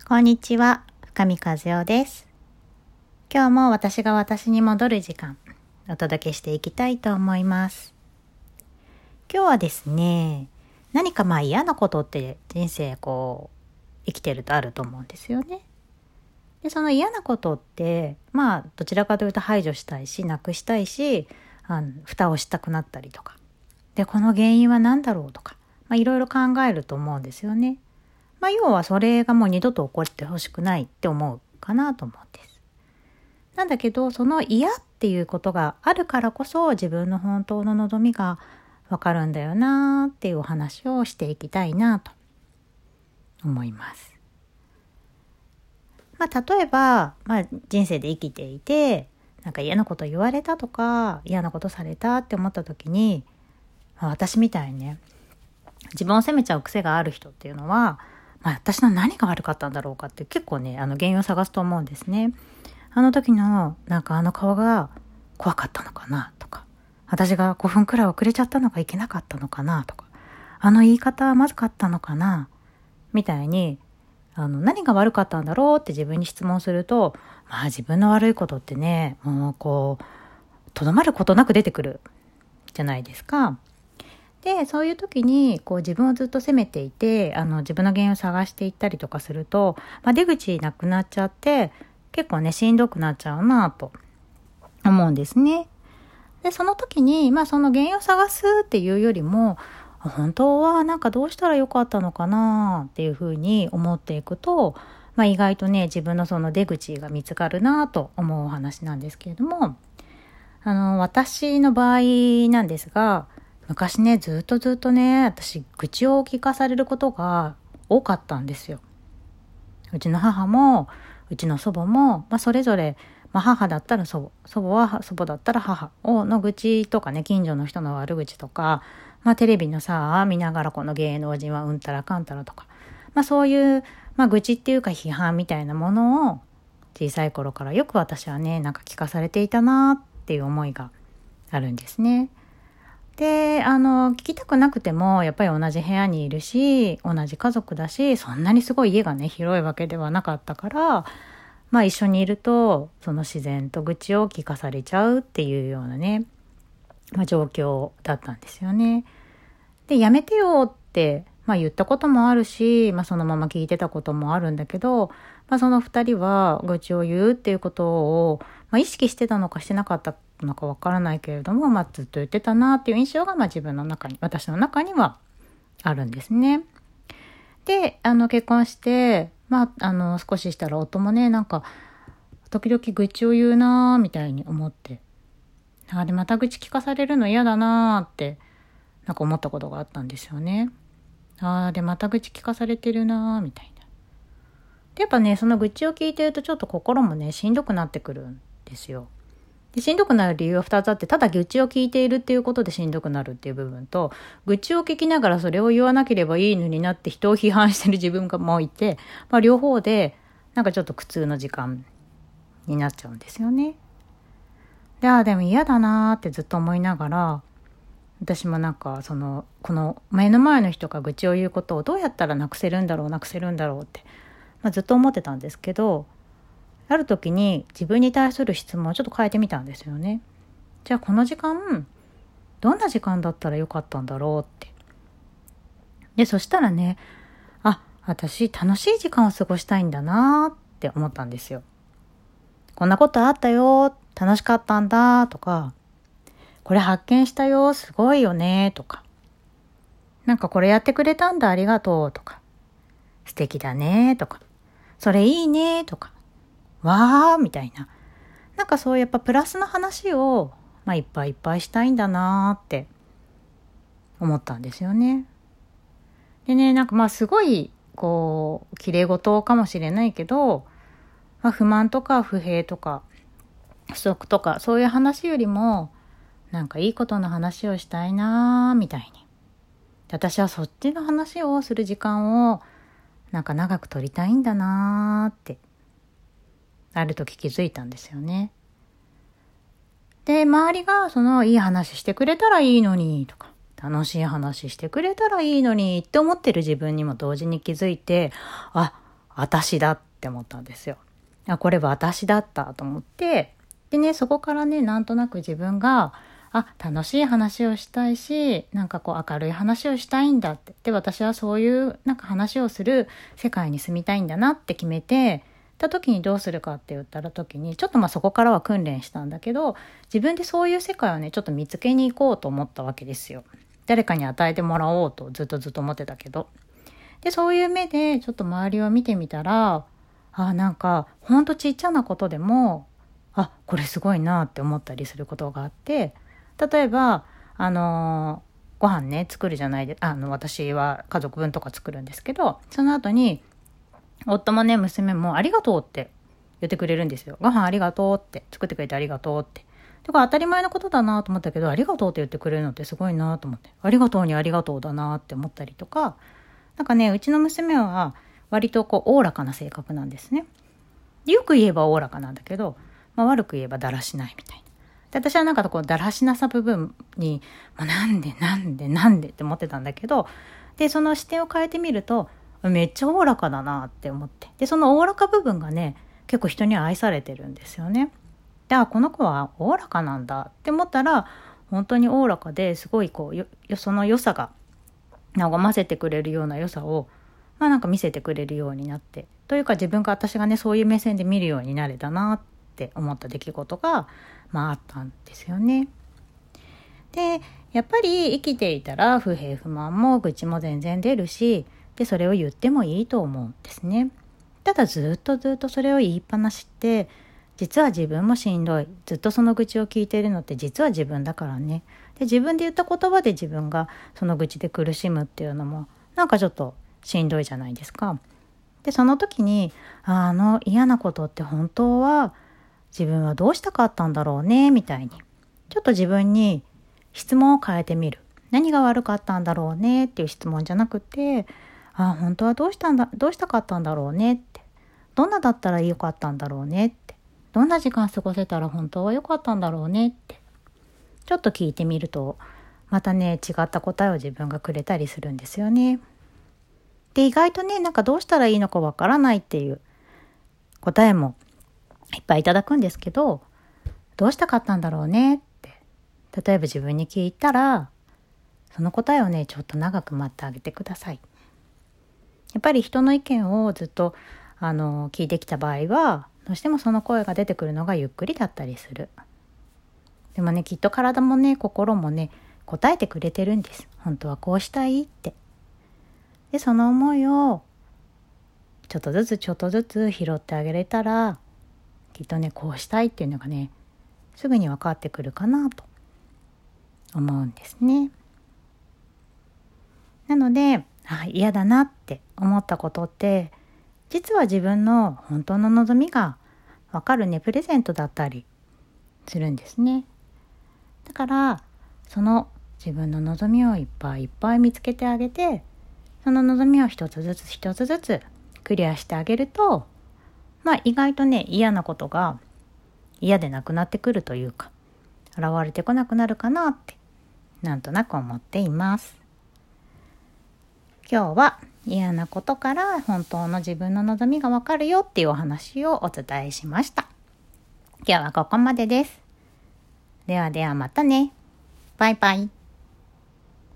こんにちは、深見和代です。今日も私が私に戻る時間、お届けしていきたいと思います。今日はですね、何か嫌なことって人生生きてるとあると思うんですよね。で、その嫌なことってどちらかというと排除したいし、なくしたいし、蓋をしたくなったりとか。で、この原因は何だろうとか、いろいろ考えると思うんですよね。要はそれがもう二度と起こってほしくないって思うかなと思うんです。なんだけど、その嫌っていうことがあるからこそ自分の本当の望みがわかるんだよなっていうお話をしていきたいなと思います。例えば、人生で生きていて、嫌なこと言われたとか、嫌なことされたって思った時に、私みたいにね、自分を責めちゃう癖がある人っていうのは、私の何が悪かったんだろうかって結構ね、原因を探すと思うんですね。あの時の、あの顔が怖かったのかなとか、私が5分くらい遅れちゃったのがいけなかったのかなとか、あの言い方はまずかったのかなみたいに、何が悪かったんだろうって自分に質問すると、自分の悪いことってね、とどまることなく出てくるじゃないですか。で、そういう時に自分をずっと責めていて、自分の原因を探していったりとかすると、出口なくなっちゃって結構ねしんどくなっちゃうなと思うんですね。で、その時にその原因を探すっていうよりも、本当はどうしたらよかったのかなっていうふうに思っていくと、意外とね自分のその出口が見つかるなと思うお話なんですけれども、私の場合なんですが、昔ね、ずっとね、私、愚痴を聞かされることが多かったんですよ。うちの母も、うちの祖母も、それぞれ、母だったら祖母、祖母は祖母だったら母の愚痴とかね、近所の人の悪口とか、テレビの見ながらこの芸能人はうんたらかんたらとか、そういう、愚痴っていうか批判みたいなものを、小さい頃からよく私はね、聞かされていたなっていう思いがあるんですね。で、聞きたくなくても、やっぱり同じ部屋にいるし、同じ家族だし、そんなにすごい家がね、広いわけではなかったから、一緒にいると、その自然と愚痴を聞かされちゃうっていうようなね、状況だったんですよね。で、やめてよって、言ったこともあるし、そのまま聞いてたこともあるんだけど、その二人は愚痴を言うっていうことを、意識してたのかしてなかったのかわからないけれども、ずっと言ってたなっていう印象が、自分の中に、私の中にはあるんですね。で、結婚して、少ししたら夫もね、時々愚痴を言うなみたいに思って、で、また愚痴聞かされるの嫌だなって思ったことがあったんですよね。で、また愚痴聞かされてるなみたいな。で、やっぱね、その愚痴を聞いてるとちょっと心もね、しんどくなってくるんですよ。で、しんどくなる理由は2つあって、ただ愚痴を聞いているっていうことでしんどくなるっていう部分と、愚痴を聞きながらそれを言わなければいいのになって人を批判してる自分がもいて、両方でちょっと苦痛の時間になっちゃうんですよね。で、でも嫌だなーってずっと思いながら、私もこの目の前の人が愚痴を言うことをどうやったらなくせるんだろうって、ずっと思ってたんですけど、ある時に自分に対する質問をちょっと変えてみたんですよね。じゃあこの時間、どんな時間だったらよかったんだろうって。で、そしたらね、私楽しい時間を過ごしたいんだなって思ったんですよ。こんなことあったよ、楽しかったんだとか、これ発見したよ、すごいよねとか、これやってくれたんだ、ありがとうとか、素敵だねとか、それいいねとか、わーみたいな。そういうやっぱプラスの話を、いっぱいいっぱいしたいんだなーって思ったんですよね。でね、すごい、綺麗事かもしれないけど、不満とか不平とか、不足とか、そういう話よりも、いいことの話をしたいなーみたいに。私はそっちの話をする時間を、長く取りたいんだなーって。ある時気づいたんですよね。で、周りがいい話してくれたらいいのにとか、楽しい話してくれたらいいのにって思ってる自分にも同時に気づいて、 私だって思ったんですよ。これは私だったと思って、でね、そこからね、なんとなく自分が楽しい話をしたいし、なんかこう明るい話をしたいんだって。で、私はそういうなんか話をする世界に住みたいんだなって決めて、た時にどうするかって言ったら時に、ちょっとそこからは訓練したんだけど、自分でそういう世界をね、ちょっと見つけに行こうと思ったわけですよ。誰かに与えてもらおうとずっと思ってたけど。で、そういう目でちょっと周りを見てみたら、なんかほんとちっちゃなことでも、これすごいなって思ったりすることがあって、例えば、ご飯ね、作るじゃないで、私は家族分とか作るんですけど、その後に、夫もね、娘もありがとうって言ってくれるんですよ。ご飯ありがとうって、作ってくれてありがとうって。だから当たり前のことだなと思ったけど、ありがとうって言ってくれるのってすごいなと思って、ありがとうにありがとうだなって思ったりとか、なんかね、うちの娘は割とおおらかな性格なんですね。よく言えばおおらかなんだけど、悪く言えばだらしないみたいな。で、私はなんかだらしなさ部分に、なんでって思ってたんだけど、で、その視点を変えてみると、めっちゃおおらかだなって思って。で、そのおおらか部分がね、結構人に愛されてるんですよね。で、この子はおおらかなんだって思ったら、本当におおらかですごいその良さが、和ませてくれるような良さを、なんか見せてくれるようになって。というか私がね、そういう目線で見るようになれたなって思った出来事が、あったんですよね。で、やっぱり生きていたら不平不満も愚痴も全然出るし、で、それを言ってもいいと思うんですね。ただずっとそれを言いっぱなしって、実は自分もしんどい。ずっとその愚痴を聞いているのって実は自分だからね。で、自分で言った言葉で自分がその愚痴で苦しむっていうのも、なんかちょっとしんどいじゃないですか。で、その時に、嫌なことって本当は自分はどうしたかったんだろうね、みたいに。ちょっと自分に質問を変えてみる。何が悪かったんだろうねっていう質問じゃなくて、本当はどうしたかったんだろうねって。どんなだったらよかったんだろうねって。どんな時間過ごせたら本当はよかったんだろうねって。ちょっと聞いてみると、またね、違った答えを自分がくれたりするんですよね。で、意外とね、なんかどうしたらいいのかわからないっていう答えもいっぱいいただくんですけど、どうしたかったんだろうねって、例えば自分に聞いたら、その答えをね、ちょっと長く待ってあげてください。やっぱり人の意見をずっと聞いてきた場合は、どうしてもその声が出てくるのがゆっくりだったりする。でもね、きっと体もね、心もね、答えてくれてるんです。本当はこうしたいって。で、その思いをちょっとずつ拾ってあげれたら、きっとね、こうしたいっていうのがね、すぐに分かってくるかなと思うんですね。なので、嫌だなって思ったことって、実は自分の本当の望みが分かるね、プレゼントだったりするんですね。だから、その自分の望みをいっぱい見つけてあげて、その望みを一つずつクリアしてあげると、意外とね、嫌なことが嫌でなくなってくるというか、現れてこなくなるかなって、なんとなく思っています。今日は嫌なことから本当の自分の望みがわかるよっていうお話をお伝えしました。今日はここまでです。ではまたね。バイバイ。